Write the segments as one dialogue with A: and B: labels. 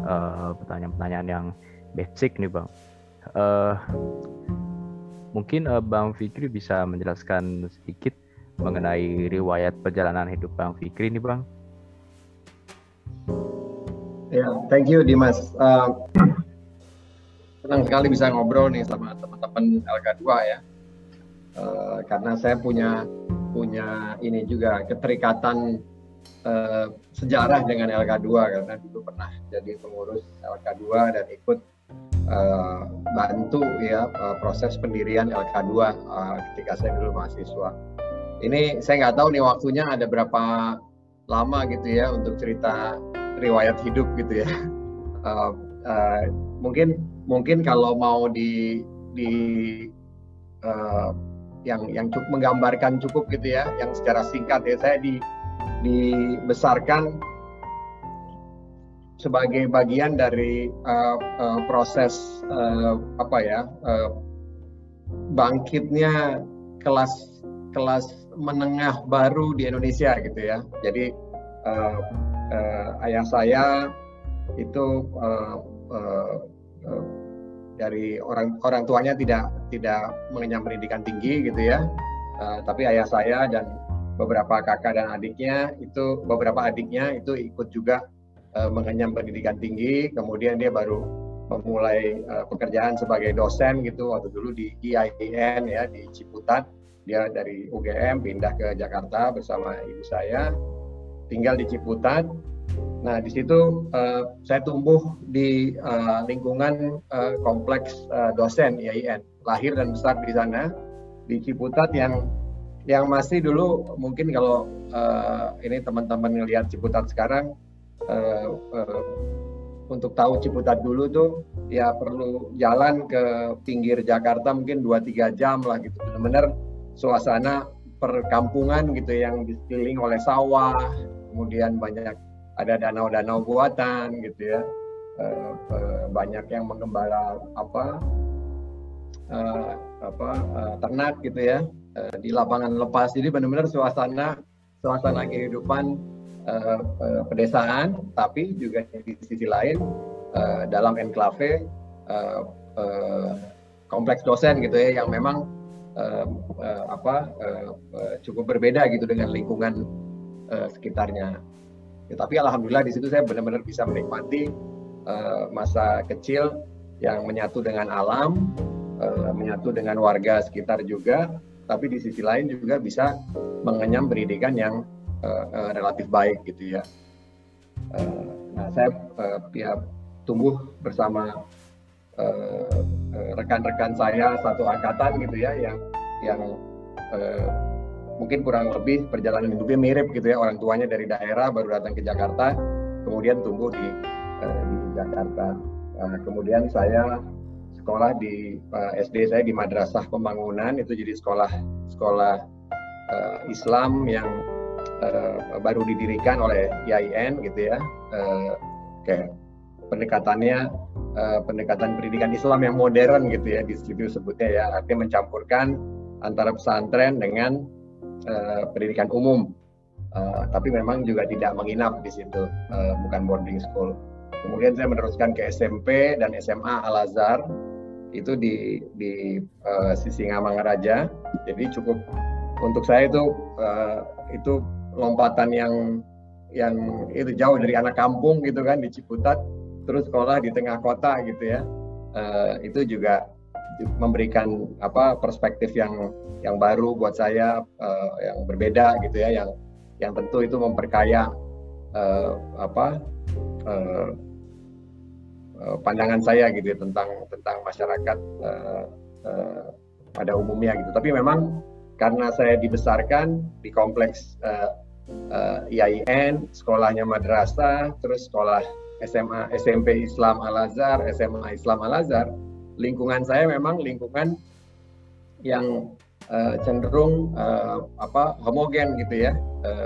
A: pertanyaan-pertanyaan yang basic nih Bang. Mungkin Bang Fikri bisa menjelaskan sedikit mengenai riwayat perjalanan hidup Bang Fikri nih Bang.
B: Ya, thank you Dimas. Senang sekali bisa ngobrol nih sama teman-teman LK2 ya. Karena saya punya ini juga keterikatan sejarah dengan LK2 karena dulu pernah jadi pengurus LK2 dan ikut bantu ya proses pendirian LK2 ketika saya dulu mahasiswa. Ini saya nggak tahu nih waktunya ada berapa lama gitu ya untuk cerita riwayat hidup gitu ya. Mungkin kalau mau yang cukup menggambarkan cukup gitu ya, yang secara singkat ya, saya dibesarkan sebagai bagian dari proses bangkitnya kelas menengah baru di Indonesia gitu ya. Jadi ayah saya itu dari orang tuanya tidak mengenyam pendidikan tinggi gitu ya, tapi ayah saya dan beberapa kakak dan beberapa adiknya itu ikut juga mengenyam pendidikan tinggi. Kemudian dia baru memulai pekerjaan sebagai dosen gitu waktu dulu di IAIN ya di Ciputat. Dia dari UGM pindah ke Jakarta bersama ibu saya, tinggal di Ciputat. Nah, di situ saya tumbuh di lingkungan kompleks dosen IAIN, lahir dan besar di sana di Ciputat yang masih dulu mungkin kalau ini teman-teman ngelihat Ciputat sekarang, untuk tahu Ciputat dulu tuh ya perlu jalan ke pinggir Jakarta mungkin 2-3 jam lah gitu, benar-benar suasana perkampungan gitu yang dikelilingi oleh sawah, kemudian banyak ada danau-danau buatan gitu ya, banyak yang menggembala ternak gitu ya, di lapangan lepas. Jadi benar-benar suasana kehidupan pedesaan, tapi juga di sisi lain dalam enklave kompleks dosen gitu ya, yang memang cukup berbeda gitu dengan lingkungan sekitarnya. Ya, tapi alhamdulillah di situ saya benar-benar bisa menikmati masa kecil yang menyatu dengan alam, menyatu dengan warga sekitar juga, tapi di sisi lain juga bisa mengenyam pendidikan yang relatif baik gitu ya. Nah, saya tumbuh bersama rekan-rekan saya satu angkatan gitu ya, yang mungkin kurang lebih perjalanan hidupnya mirip gitu ya. Orang tuanya dari daerah baru datang ke Jakarta, kemudian tumbuh di Jakarta. Kemudian saya sekolah di SD saya di Madrasah Pembangunan, itu jadi sekolah Islam yang baru didirikan oleh IAIN gitu ya. Kayak pendekatan pendidikan Islam yang modern gitu ya, di situ sebutnya ya, artinya mencampurkan antara pesantren dengan pendidikan umum, tapi memang juga tidak menginap di situ, bukan boarding school. Kemudian saya meneruskan ke SMP dan SMA Al-Azhar, itu di Sisingamangaraja. Jadi cukup untuk saya itu lompatan yang itu jauh dari anak kampung gitu kan di Ciputat, terus sekolah di tengah kota gitu ya. Itu juga memberikan perspektif yang baru buat saya, yang berbeda gitu ya, yang tentu itu memperkaya pandangan saya gitu ya, tentang masyarakat pada umumnya gitu. Tapi memang karena saya dibesarkan di kompleks IAIN, sekolahnya madrasah, terus sekolah SMA, SMP Islam Al-Azhar, SMA Islam Al-Azhar, lingkungan saya memang lingkungan yang cenderung homogen gitu ya.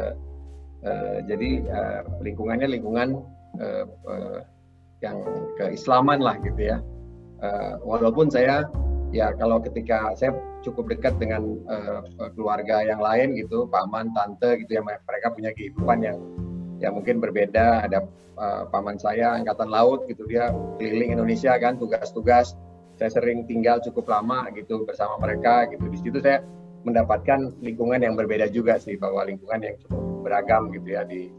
B: Jadi lingkungannya lingkungan yang keislaman lah gitu ya. Walaupun saya ya kalau ketika saya cukup dekat dengan keluarga yang lain gitu, paman, tante gitu ya, mereka punya kehidupan yang mungkin berbeda. Ada paman saya angkatan laut gitu, dia keliling Indonesia kan, tugas-tugas. Saya sering tinggal cukup lama gitu bersama mereka gitu. Di situ saya mendapatkan lingkungan yang berbeda juga sih, bahwa lingkungan yang cukup beragam gitu ya di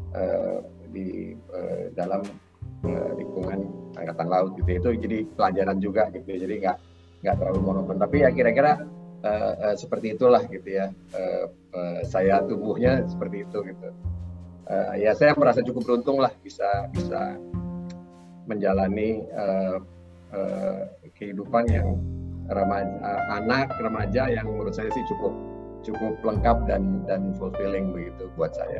B: dalam lingkungan angkatan laut gitu. Itu jadi pelajaran juga gitu. Jadi nggak terlalu monoton. Tapi ya kira-kira seperti itulah gitu ya. Saya tumbuhnya seperti itu gitu. Ya saya merasa cukup beruntung lah bisa menjalani kehidupan yang anak remaja yang menurut saya sih cukup lengkap dan fulfilling begitu buat saya.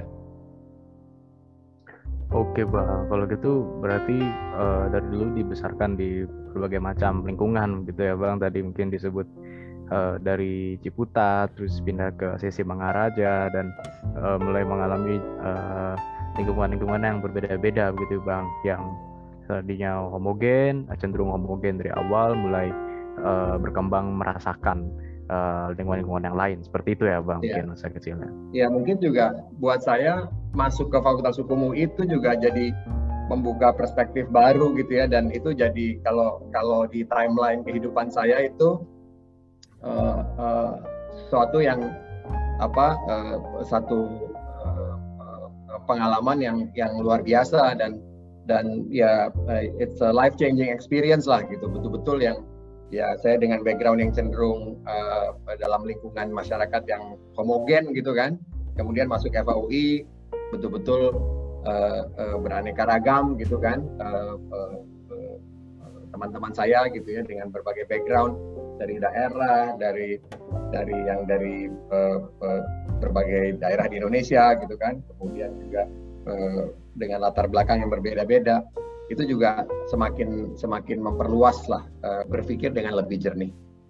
A: Oke Bang, kalau gitu berarti dari dulu dibesarkan di berbagai macam lingkungan gitu ya Bang. Tadi mungkin disebut dari Ciputat, terus pindah ke Sisi Mangaraja, dan mulai mengalami lingkungan-lingkungan yang berbeda-beda begitu Bang. Yang tadinya homogen, cenderung homogen dari awal, mulai berkembang merasakan lingkungan-lingkungan yang lain. Seperti itu ya Bang,
B: Ya.
A: mungkin masa kecilnya.
B: Ya mungkin juga buat saya masuk ke Fakultas Hukum UI itu juga jadi membuka perspektif baru gitu ya, dan itu jadi kalau di timeline kehidupan saya itu sesuatu yang satu pengalaman yang luar biasa, dan ya it's a life changing experience lah gitu, betul-betul yang ya saya dengan background yang cenderung dalam lingkungan masyarakat yang homogen gitu kan, kemudian masuk FAUI betul-betul beraneka ragam gitu kan, teman-teman saya gitu ya dengan berbagai background dari daerah, dari berbagai daerah di Indonesia gitu kan, kemudian juga dengan latar belakang yang berbeda-beda, itu juga semakin memperluas lah berpikir dengan lebih jernih.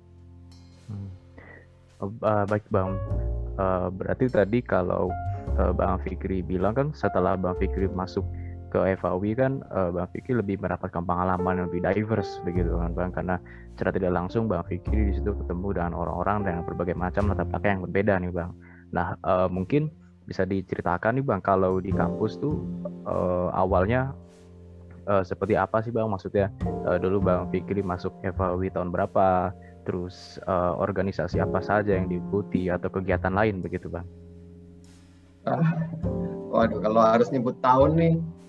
A: Baik Bang, berarti tadi kalau Bang Fikri bilang kan setelah Bang Fikri masuk ke FAUI kan Bang Fikri lebih mendapatkan pengalaman yang lebih diverse begitu kan Bang, karena secara tidak langsung Bang Fikri di situ ketemu dengan orang-orang dengan berbagai macam latar belakang yang berbeda nih Bang. Nah mungkin bisa diceritakan nih Bang, kalau di kampus tuh awalnya seperti apa sih Bang, maksudnya dulu Bang Fikri masuk FAUI tahun berapa, terus organisasi apa saja yang diikuti atau kegiatan lain begitu Bang?
B: Waduh, kalau harus nyebut tahun nih,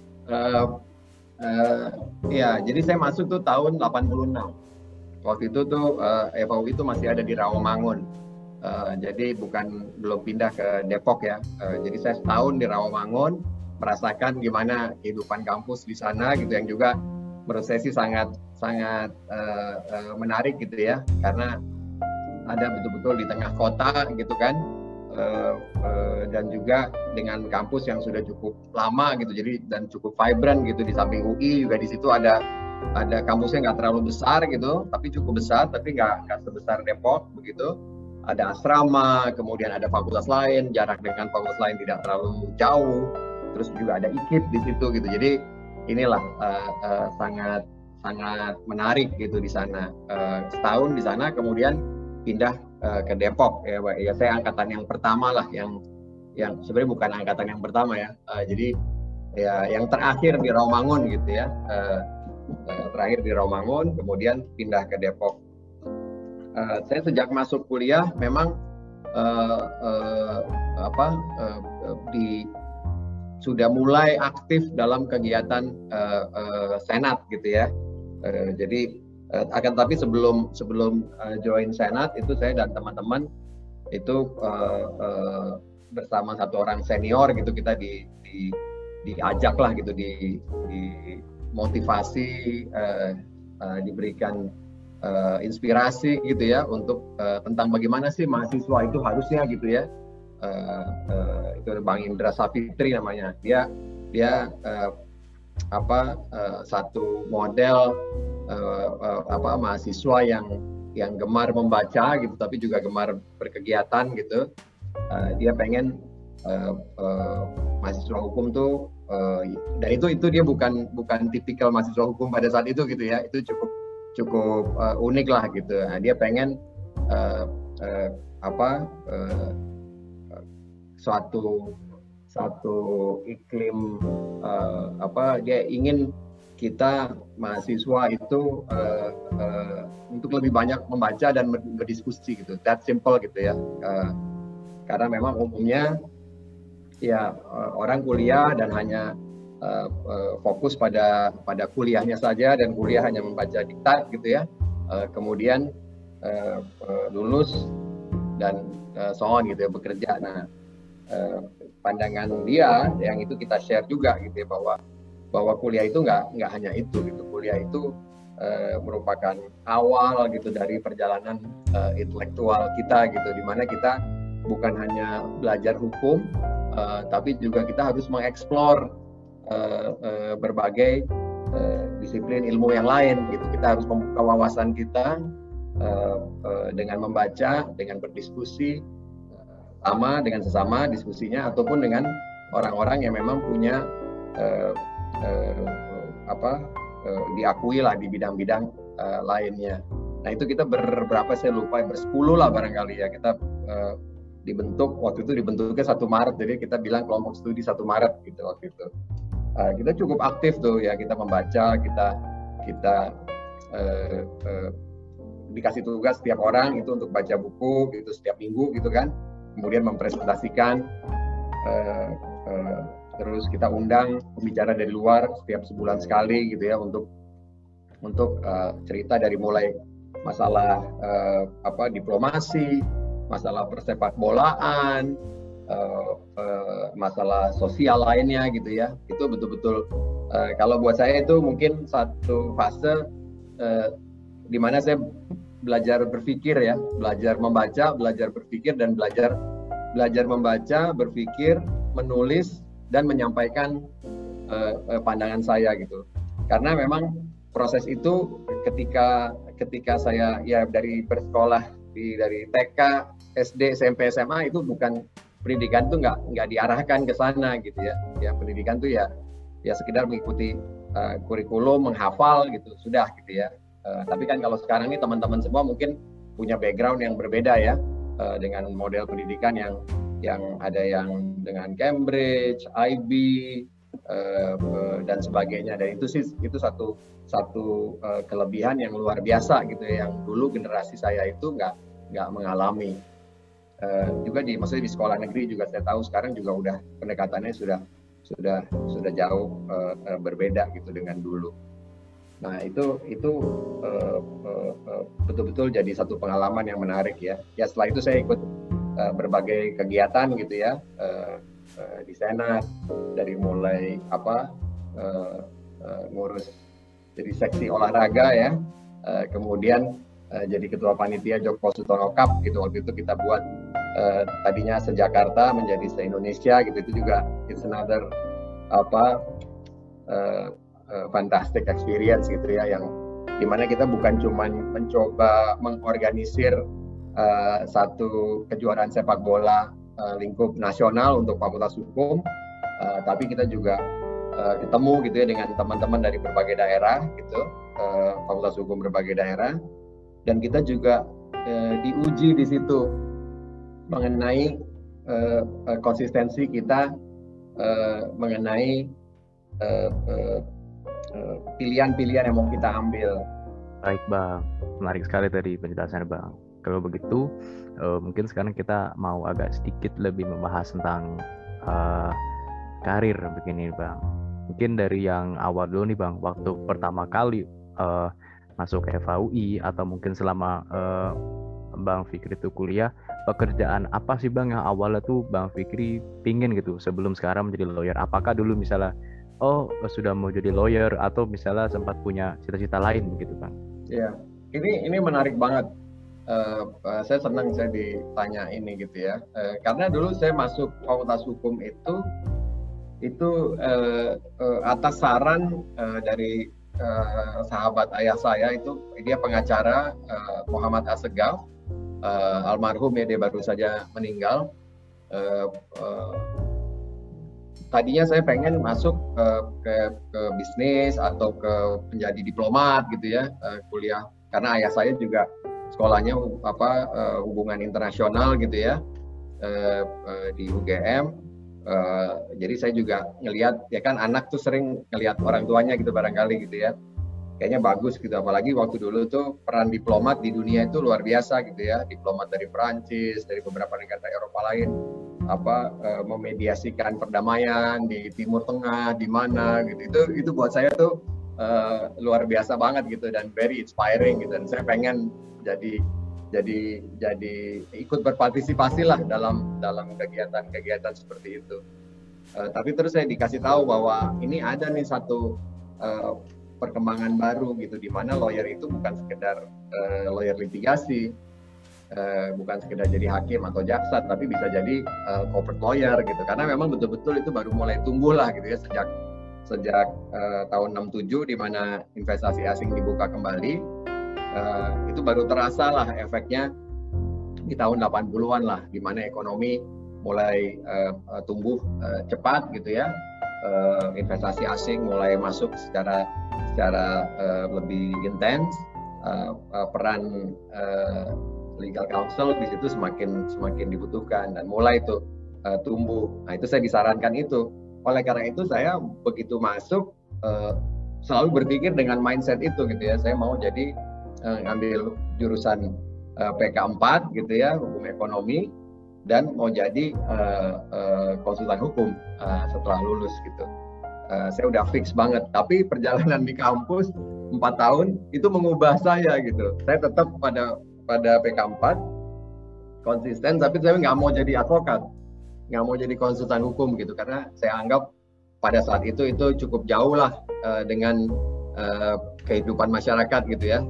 B: ya jadi saya masuk tuh tahun 86. Waktu itu tuh FAUI itu masih ada di Rawamangun, jadi belum pindah ke Depok ya. Jadi saya setahun di Rawamangun, merasakan gimana kehidupan kampus di sana gitu, yang juga menurut saya sih sangat menarik gitu ya, karena ada betul-betul di tengah kota gitu kan, dan juga dengan kampus yang sudah cukup lama gitu, jadi dan cukup vibrant gitu. Di samping UI juga di situ ada kampusnya nggak terlalu besar gitu, tapi cukup besar, tapi nggak sebesar Depok begitu. Ada asrama, kemudian ada fakultas lain, jarak dengan fakultas lain tidak terlalu jauh, terus juga ada IKIP di situ gitu. Jadi inilah sangat menarik gitu di sana. Setahun di sana, kemudian pindah ke Depok ya. Saya angkatan yang pertama lah, yang sebenarnya bukan angkatan yang pertama ya. Jadi ya yang terakhir di Rawamangun gitu ya. Terakhir di Rawamangun, kemudian pindah ke Depok. Saya sejak masuk kuliah memang sudah mulai aktif dalam kegiatan senat gitu ya. Jadi akan tapi sebelum join senat itu saya dan teman-teman itu bersama satu orang senior gitu, kita diajak lah gitu, di motivasi, diberikan inspirasi gitu ya untuk tentang bagaimana sih mahasiswa itu harusnya gitu ya. Itu Bang Indra Safitri namanya, dia satu model mahasiswa yang gemar membaca gitu, tapi juga gemar berkegiatan gitu. Dia pengen mahasiswa hukum tuh, dan itu dia bukan tipikal mahasiswa hukum pada saat itu gitu ya. Itu cukup unik lah gitu. Nah, dia pengen satu iklim dia ingin kita mahasiswa itu untuk lebih banyak membaca dan berdiskusi gitu. That simple gitu ya. Karena memang umumnya ya orang kuliah dan hanya fokus pada kuliahnya saja, dan kuliah hanya membaca diktat gitu ya. Kemudian lulus dan so on gitu ya, bekerja. Nah, pandangan dia yang itu kita share juga gitu ya, bahwa kuliah itu nggak hanya itu gitu. Kuliah itu merupakan awal gitu dari perjalanan intelektual kita gitu, di mana kita bukan hanya belajar hukum, tapi juga kita harus mengeksplor berbagai disiplin ilmu yang lain gitu. Kita harus membuka wawasan kita dengan membaca, dengan berdiskusi dengan sesama diskusinya, ataupun dengan orang-orang yang memang punya diakui lah di bidang-bidang lainnya. Nah itu kita berberapa, saya lupa, bersepuluh lah barangkali ya, kita dibentuk, waktu itu dibentuknya 1 Maret, jadi kita bilang kelompok studi 1 Maret gitu waktu itu. Kita cukup aktif tuh ya, kita membaca, kita dikasih tugas setiap orang itu untuk baca buku gitu setiap minggu gitu kan, kemudian mempresentasikan, terus kita undang pembicara dari luar setiap sebulan sekali gitu ya, untuk cerita dari mulai masalah diplomasi, masalah persepak bolaan, masalah sosial lainnya gitu ya. Itu betul-betul kalau buat saya itu mungkin satu fase di mana saya belajar berpikir ya, belajar membaca, belajar berpikir, dan belajar membaca, berpikir, menulis, dan menyampaikan pandangan saya gitu. Karena memang proses itu ketika saya ya dari bersekolah dari TK, SD, SMP, SMA, itu bukan pendidikan tuh nggak diarahkan ke sana gitu ya. Ya pendidikan tuh ya sekedar mengikuti kurikulum, menghafal gitu, sudah gitu ya. Tapi kan kalau sekarang ini teman-teman semua mungkin punya background yang berbeda ya, dengan model pendidikan yang ada yang dengan Cambridge, IB, dan sebagainya. Dan itu satu kelebihan yang luar biasa gitu ya, yang dulu generasi saya itu nggak mengalami. Juga maksudnya di sekolah negeri juga saya tahu sekarang juga udah pendekatannya sudah jauh berbeda gitu dengan dulu. Nah itu betul-betul jadi satu pengalaman yang menarik ya. Ya setelah itu saya ikut berbagai kegiatan gitu ya, di Senat, dari mulai ngurus jadi seksi olahraga ya, kemudian jadi ketua panitia Joko Sutono Cup gitu. Waktu itu kita buat tadinya se-Jakarta menjadi se-Indonesia gitu. Itu juga it's another fantastic experience gitu ya, yang dimana kita bukan cuma mencoba mengorganisir satu kejuaraan sepak bola lingkup nasional untuk Fakultas Hukum, tapi kita juga ketemu gitu ya dengan teman-teman dari berbagai daerah gitu, Fakultas Hukum berbagai daerah, dan kita juga diuji di situ mengenai konsistensi kita mengenai pilihan-pilihan yang mau kita ambil.
A: Baik Bang, menarik sekali tadi penjelasan Bang. Kalau begitu mungkin sekarang kita mau agak sedikit lebih membahas tentang karir begini Bang. Mungkin dari yang awal dulu nih Bang, waktu pertama kali masuk FHUI, atau mungkin selama Bang Fikri itu kuliah, pekerjaan apa sih Bang yang awalnya tuh Bang Fikri pingin gitu sebelum sekarang menjadi lawyer? Apakah dulu misalnya sudah mau jadi lawyer, atau misalnya sempat punya cita-cita lain begitu Bang?
B: Ya, ini menarik banget. Saya senang saya ditanya ini gitu ya, karena dulu saya masuk Fakultas Hukum itu atas saran dari sahabat ayah saya, itu dia pengacara Muhammad Assegaf, almarhum ya, dia baru saja meninggal. Tadinya saya pengen masuk ke bisnis atau ke menjadi diplomat gitu ya, kuliah, karena ayah saya juga sekolahnya hubungan internasional gitu ya, di UGM. Jadi saya juga ngelihat ya kan anak tuh sering ngelihat orang tuanya gitu barangkali gitu ya. Kayaknya bagus gitu, apalagi waktu dulu tuh peran diplomat di dunia itu luar biasa gitu ya, diplomat dari Perancis, dari beberapa negara Eropa lain, memediasikan perdamaian di Timur Tengah, di mana gitu, itu buat saya tuh luar biasa banget gitu dan very inspiring gitu, dan saya pengen jadi ikut berpartisipasi lah dalam kegiatan seperti itu. Tapi terus saya dikasih tahu bahwa ini ada nih satu perkembangan baru gitu, di mana lawyer itu bukan sekedar lawyer litigasi, bukan sekedar jadi hakim atau jaksa, tapi bisa jadi corporate lawyer gitu, karena memang betul-betul itu baru mulai tumbuh lah gitu ya sejak tahun 67 di mana investasi asing dibuka kembali, itu baru terasa lah efeknya di tahun 80-an lah, di mana ekonomi mulai tumbuh cepat gitu ya. Investasi asing mulai masuk secara lebih intens, peran legal counsel di situ semakin dibutuhkan dan mulai itu tumbuh. Nah itu saya disarankan itu. Oleh karena itu saya begitu masuk selalu berpikir dengan mindset itu gitu ya. Saya mau jadi ngambil jurusan PK4 gitu ya, hukum ekonomi, dan mau jadi konsultan hukum setelah lulus gitu. Saya udah fix banget, tapi perjalanan di kampus 4 tahun itu mengubah saya gitu. Saya tetap pada PK4 konsisten, tapi saya nggak mau jadi advokat, nggak mau jadi konsultan hukum gitu, karena saya anggap pada saat itu cukup jauh lah dengan kehidupan masyarakat gitu ya.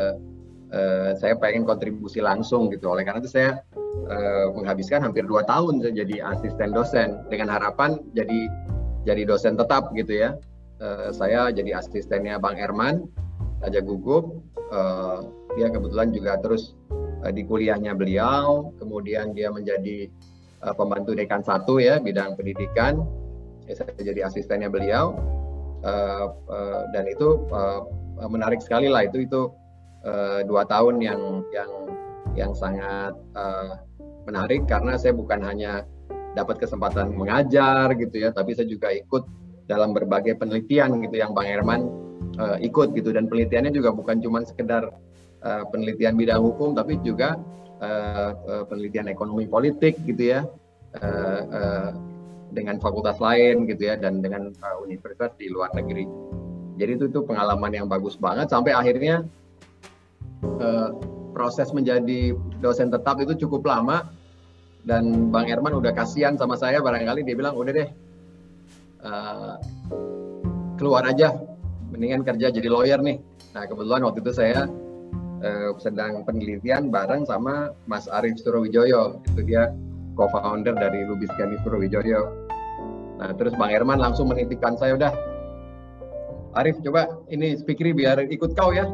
B: Saya pengen kontribusi langsung gitu. Oleh karena itu saya menghabiskan hampir 2 tahun saya jadi asisten dosen dengan harapan jadi dosen tetap gitu ya. Saya jadi asistennya Bang Herman Raja Gugup. Dia kebetulan juga terus di kuliahnya beliau, kemudian dia menjadi pembantu dekan 1 ya, bidang pendidikan. Saya jadi asistennya beliau, dan itu menarik sekali lah, itu 2 tahun yang sangat menarik, karena saya bukan hanya dapat kesempatan mengajar gitu ya, tapi saya juga ikut dalam berbagai penelitian gitu yang Bang Herman ikut gitu, dan penelitiannya juga bukan cuma sekedar penelitian bidang hukum, tapi juga penelitian ekonomi politik gitu ya, dengan fakultas lain gitu ya, dan dengan universitas di luar negeri. Jadi itu pengalaman yang bagus banget, sampai akhirnya proses menjadi dosen tetap itu cukup lama, dan Bang Herman udah kasihan sama saya, barangkali dia bilang udah deh keluar aja, mendingan kerja jadi lawyer nih. Nah kebetulan waktu itu saya sedang penelitian bareng sama Mas Arief Surowijoyo, itu dia co-founder dari Lubis Gani Surowijoyo. Nah terus Bang Herman langsung menitipkan saya, udah Arief coba ini Fikri biar ikut kau ya.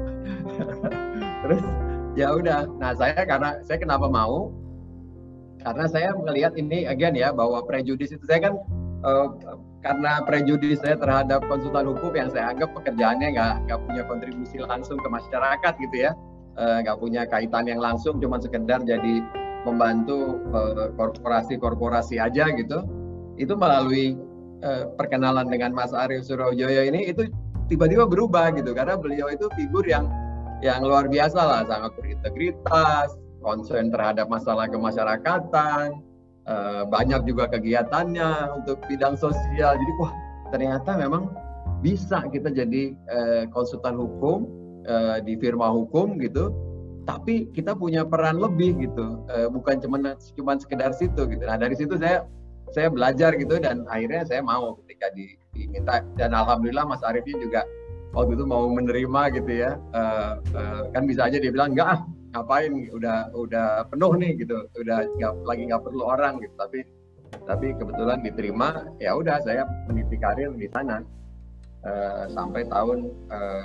B: Terus ya udah. Nah karena saya kenapa mau? Karena saya melihat ini again ya, bahwa prejudis itu saya kan karena prejudis saya terhadap konsultan hukum yang saya anggap pekerjaannya nggak punya kontribusi langsung ke masyarakat gitu ya, nggak punya kaitan yang langsung, cuma sekedar jadi membantu korporasi aja gitu. Itu melalui perkenalan dengan Mas Arief Surowijoyo ini, itu tiba-tiba berubah gitu, karena beliau itu figur yang luar biasa lah, sangat berintegritas, concern terhadap masalah kemasyarakatan, banyak juga kegiatannya untuk bidang sosial. Jadi wah ternyata memang bisa kita jadi konsultan hukum di firma hukum gitu, tapi kita punya peran lebih gitu, bukan cuma sekedar situ gitu. Nah dari situ saya belajar gitu, dan akhirnya saya mau ketika diminta, dan alhamdulillah Mas Ariefnya juga waktu itu mau menerima gitu ya. Kan bisa aja dia bilang enggak, ngapain, udah penuh nih gitu, udah nggak perlu orang gitu, tapi kebetulan diterima. Ya udah saya meniti karir di sana sampai tahun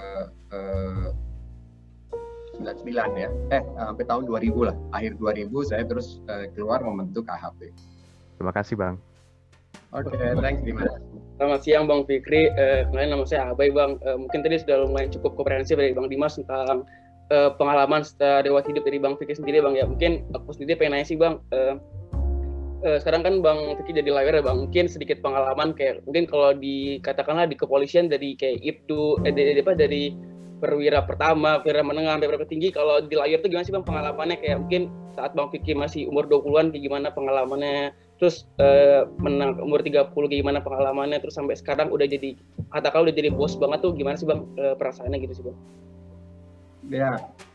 B: 99 ya, sampai tahun 2000 lah, akhir 2000 saya terus keluar membentuk AHP.
A: Terima kasih Bang.
B: Oke, thanks Dimas.
C: Selamat siang Bang Fikri, kenalin nama saya Abai Bang. Mungkin tadi sudah lumayan cukup komprehensif dari Bang Dimas tentang pengalaman setelah lewat hidup dari Bang Fikri sendiri Bang ya. Mungkin aku sendiri pengen nanya sih Bang, sekarang kan Bang Vicky jadi lawyer ya Bang, mungkin sedikit pengalaman kayak mungkin kalau dikatakanlah di kepolisian dari kayak IPDU dari perwira pertama, perwira menengah, sampai perwira tinggi, kalau di lawyer itu gimana sih Bang pengalamannya, kayak mungkin saat Bang Vicky masih umur 20-an kayak gimana pengalamannya, terus menang umur 30 kayak gimana pengalamannya, terus sampai sekarang udah jadi katakanlah udah jadi bos banget tuh gimana sih Bang perasaannya gitu sih Bang?
B: Ya,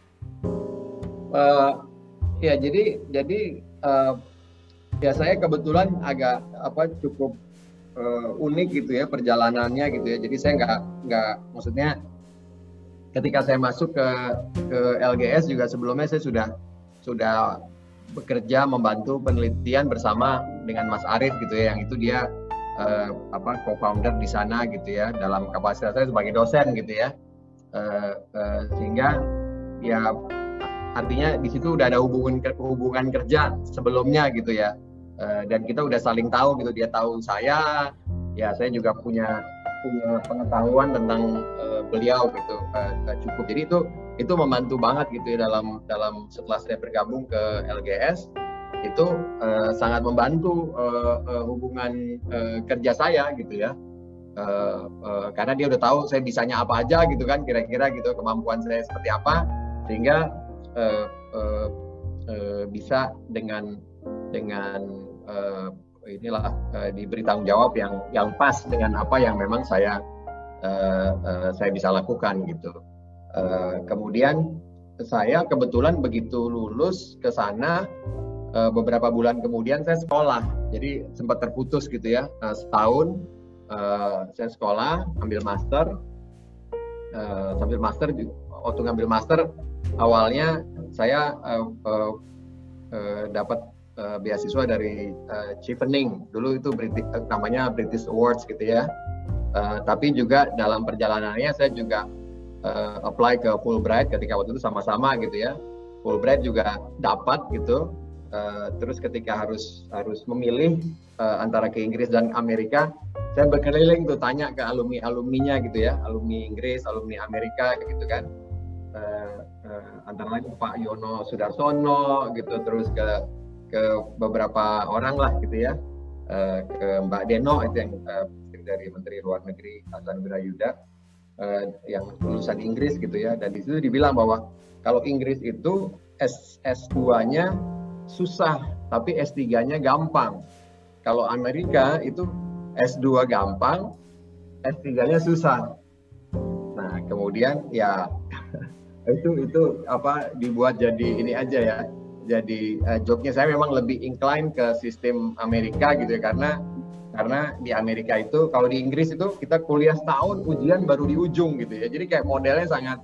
B: ya jadi ya saya kebetulan agak cukup unik gitu ya perjalanannya gitu ya. Jadi saya nggak maksudnya ketika saya masuk ke LGS juga sebelumnya saya sudah bekerja membantu penelitian bersama dengan Mas Arief gitu ya, yang itu dia co-founder di sana gitu ya, dalam kapasitas saya sebagai dosen gitu ya. Sehingga ya artinya di situ udah ada hubungan kerja sebelumnya gitu ya, dan kita udah saling tahu gitu, dia tahu saya, ya saya juga punya pengetahuan tentang beliau gitu cukup. Jadi itu membantu banget gitu ya dalam setelah saya bergabung ke LGS itu sangat membantu hubungan kerja saya gitu ya. Karena dia udah tahu saya bisanya apa aja gitu kan, kira-kira gitu kemampuan saya seperti apa, sehingga bisa dengan diberi tanggung jawab yang pas dengan apa yang memang saya bisa lakukan gitu. Kemudian saya kebetulan begitu lulus ke sana, beberapa bulan kemudian saya sekolah, jadi sempat terputus gitu ya, setahun. Saya sekolah, ambil master. Sambil master, waktu ngambil master awalnya saya dapat beasiswa dari Chevening, dulu itu namanya British Awards gitu ya. Tapi juga dalam perjalanannya saya juga apply ke Fulbright ketika waktu itu sama-sama gitu ya. Fulbright juga dapat gitu. Terus ketika harus memilih antara ke Inggris dan Amerika, saya berkeliling tuh tanya ke alumninya gitu ya, alumni Inggris, alumni Amerika gitu kan. Antara lain Pak Yono Sudarsono gitu, terus ke beberapa orang lah gitu ya, ke Mbak Deno itu yang dari Menteri Luar Negeri Hasan Wirayuda, yang lulusan Inggris gitu ya. Dan di situ dibilang bahwa kalau Inggris itu S2-nya susah, tapi S3-nya gampang. Kalau Amerika itu S2 gampang, S3-nya susah. Nah, kemudian ya itu dibuat jadi ini aja ya. Jadi joke-nya saya memang lebih incline ke sistem Amerika gitu ya, karena di Amerika itu, kalau di Inggris itu kita kuliah setahun, ujian baru di ujung gitu ya. Jadi kayak modelnya sangat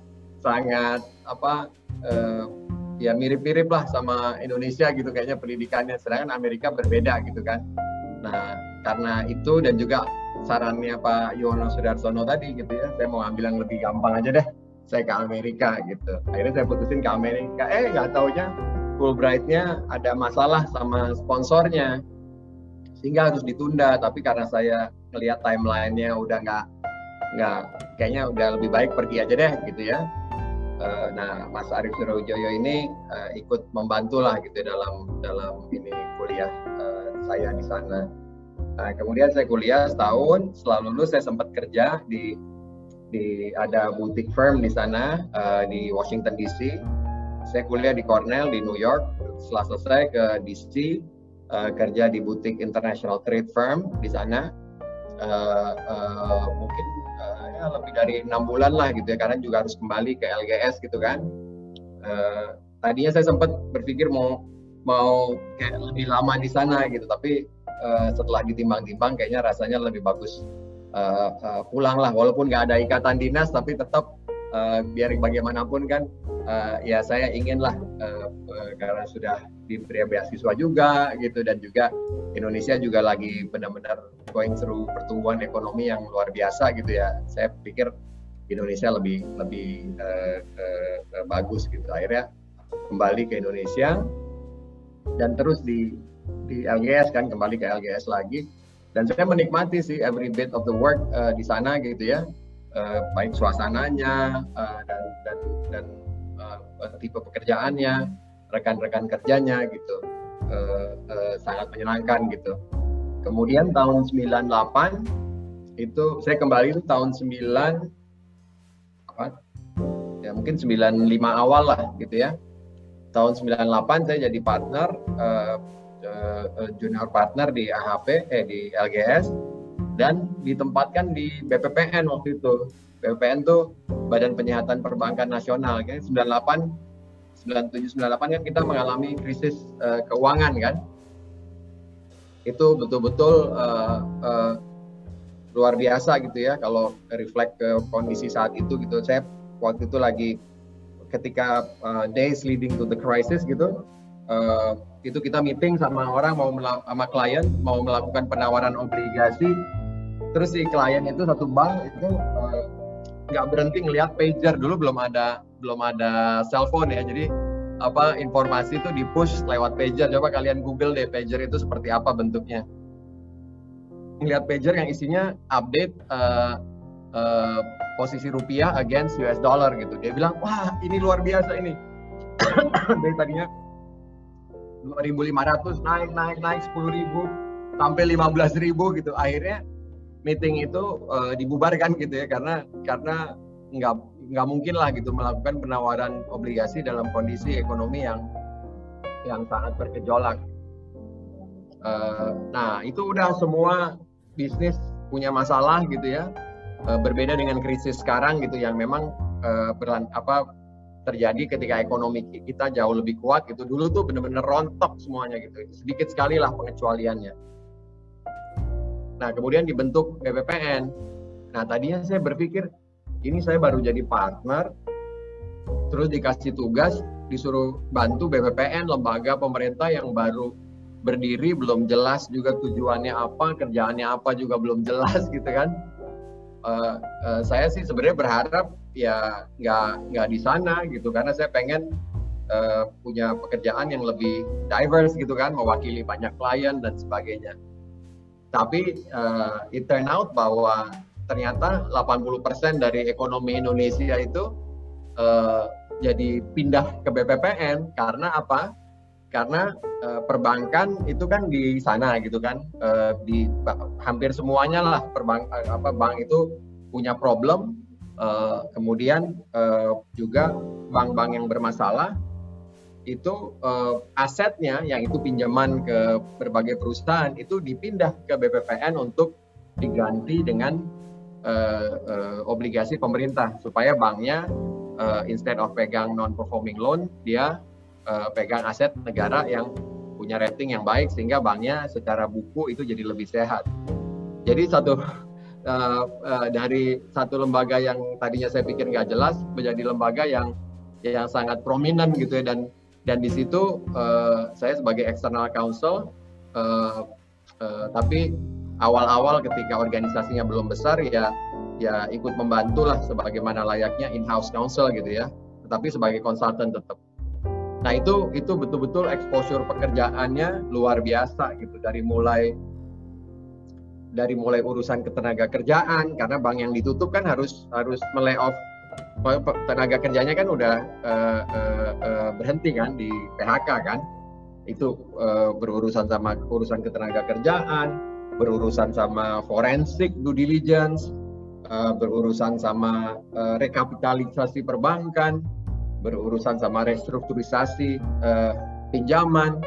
B: ya mirip-mirip lah sama Indonesia gitu kayaknya pendidikannya, sedangkan Amerika berbeda gitu kan. Nah, karena itu dan juga sarannya Pak Yono Sudarsono tadi gitu ya, saya mau ambil yang lebih gampang aja deh, saya ke Amerika gitu. Akhirnya saya putusin ke Amerika, nggak taunya Fulbright-nya ada masalah sama sponsornya, sehingga harus ditunda. Tapi karena saya ngelihat timeline-nya udah nggak kayaknya udah lebih baik pergi aja deh gitu ya. Nah, Mas Arief Surowijoyo ini ikut membantu lah gitu dalam ini kuliah saya di sana. Nah, kemudian saya kuliah setahun, setelah lulus saya sempat kerja di ada boutique firm di sana di Washington DC. Saya kuliah di Cornell di New York. Setelah selesai ke DC, kerja di boutique international trade firm di sana. Mungkin ya lebih dari 6 bulan lah gitu ya, karena juga harus kembali ke LGS gitu kan. Tadinya saya sempat berpikir mau kayak lebih lama di sana gitu, tapi setelah ditimbang-timbang kayaknya rasanya lebih bagus pulang lah, walaupun nggak ada ikatan dinas, tapi tetap biar bagaimanapun kan ya saya ingin lah karena sudah diberi beasiswa juga gitu, dan juga Indonesia juga lagi benar-benar going through pertumbuhan ekonomi yang luar biasa gitu ya. Saya pikir Indonesia lebih bagus gitu. Akhirnya kembali ke Indonesia dan terus di LGS kan, kembali ke LGS lagi, dan saya menikmati sih every bit of the work di sana gitu ya, baik suasananya dan tipe pekerjaannya, rekan-rekan kerjanya gitu. sangat menyenangkan gitu. Kemudian tahun 98 itu saya kembali itu tahun 9 apa ya mungkin 95 awal lah gitu ya. Tahun 98 saya jadi partner junior partner di AHP di LGS dan ditempatkan di BPPN waktu itu. BPPN tuh Badan Penyihatan Perbankan Nasional kan 97 98 kan kita mengalami krisis keuangan kan. Itu betul-betul luar biasa gitu ya kalau reflect ke kondisi saat itu gitu. Saya waktu itu lagi ketika days leading to the crisis gitu, itu kita meeting sama orang sama klien mau melakukan penawaran obligasi, terus si klien itu satu bank itu nggak berhenti ngelihat pager. Dulu belum ada cellphone ya, jadi informasi itu di push lewat pager. Coba kalian Google deh pager itu seperti apa bentuknya. Ngelihat pager yang isinya update posisi rupiah against US dollar gitu. Dia bilang, wah ini luar biasa ini. Dari tadinya 2.500 naik 10.000 sampai 15.000 gitu. Akhirnya meeting itu dibubarkan gitu ya karena nggak mungkin lah gitu melakukan penawaran obligasi dalam kondisi ekonomi yang sangat bergejolak. Nah itu udah semua bisnis punya masalah gitu ya, berbeda dengan krisis sekarang gitu yang memang terjadi ketika ekonomi kita jauh lebih kuat gitu. Dulu tuh benar-benar rontok semuanya gitu, sedikit sekali lah pengecualiannya. Nah kemudian dibentuk BPPN. Nah tadinya saya berpikir ini saya baru jadi partner, terus dikasih tugas disuruh bantu BPPN, lembaga pemerintah yang baru berdiri, belum jelas juga tujuannya apa, kerjaannya apa juga belum jelas gitu kan. Saya sih sebenarnya berharap ya nggak di sana gitu, karena saya pengen punya pekerjaan yang lebih diverse gitu kan, mewakili banyak klien dan sebagainya. Tapi it turn out bahwa ternyata 80% dari ekonomi Indonesia itu jadi pindah ke BPPN. Karena apa? Karena perbankan itu kan di sana gitu kan, di hampir semuanya lah bank itu punya problem, kemudian juga bank-bank yang bermasalah itu asetnya yang itu pinjaman ke berbagai perusahaan itu dipindah ke BPPN untuk diganti dengan obligasi pemerintah supaya banknya instead of pegang non-performing loan dia pegang aset negara yang punya rating yang baik sehingga banknya secara buku itu jadi lebih sehat. Jadi dari satu lembaga yang tadinya saya pikir nggak jelas menjadi lembaga yang sangat prominent gitu ya, dan di situ saya sebagai external counsel, tapi awal-awal ketika organisasinya belum besar ya ikut membantu lah sebagaimana layaknya in-house counsel gitu ya, tetapi sebagai konsultan tetap. Nah itu betul-betul exposure pekerjaannya luar biasa gitu, dari mulai urusan ketenaga kerjaan, karena bank yang ditutup kan harus melay off tenaga kerjanya kan udah berhenti kan, di PHK kan. Itu berurusan sama urusan ketenaga kerjaan, berurusan sama forensik due diligence, berurusan sama rekapitalisasi perbankan, berurusan sama restrukturisasi pinjaman,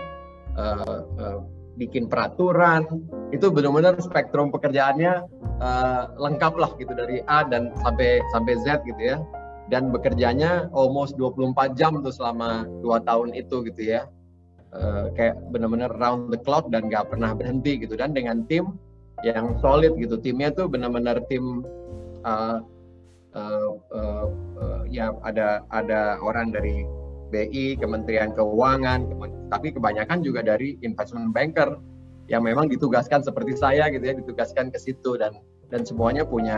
B: bikin peraturan. Itu benar-benar spektrum pekerjaannya lengkap lah gitu, dari A dan sampai Z gitu ya, dan bekerjanya almost 24 jam tuh selama 2 tahun itu gitu ya, kayak benar-benar round the clock dan nggak pernah berhenti gitu, dan dengan tim yang solid gitu. Timnya tuh benar-benar tim ya ada orang dari BI, Kementerian Keuangan, tapi kebanyakan juga dari investment banker yang memang ditugaskan seperti saya gitu ya, ditugaskan ke situ, dan semuanya punya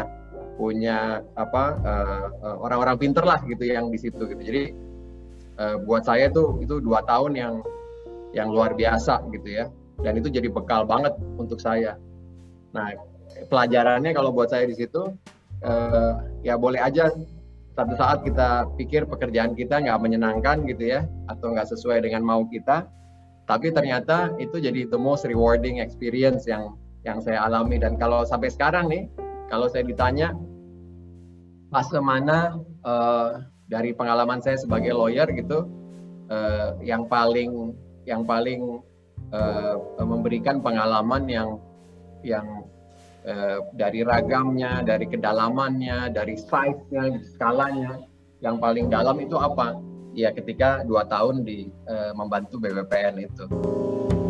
B: orang-orang pinter lah gitu yang di situ gitu. Jadi buat saya itu 2 tahun yang luar biasa gitu ya, dan itu jadi bekal banget untuk saya. Nah pelajarannya kalau buat saya di situ, ya boleh aja satu saat kita pikir pekerjaan kita nggak menyenangkan gitu ya, atau nggak sesuai dengan mau kita, tapi ternyata itu jadi the most rewarding experience yang saya alami. Dan kalau sampai sekarang nih, kalau saya ditanya fase mana dari pengalaman saya sebagai lawyer gitu yang paling memberikan pengalaman yang dari ragamnya, dari kedalamannya, dari size-nya, skalanya, yang paling dalam itu apa? Ya ketika 2 tahun membantu BPPN itu.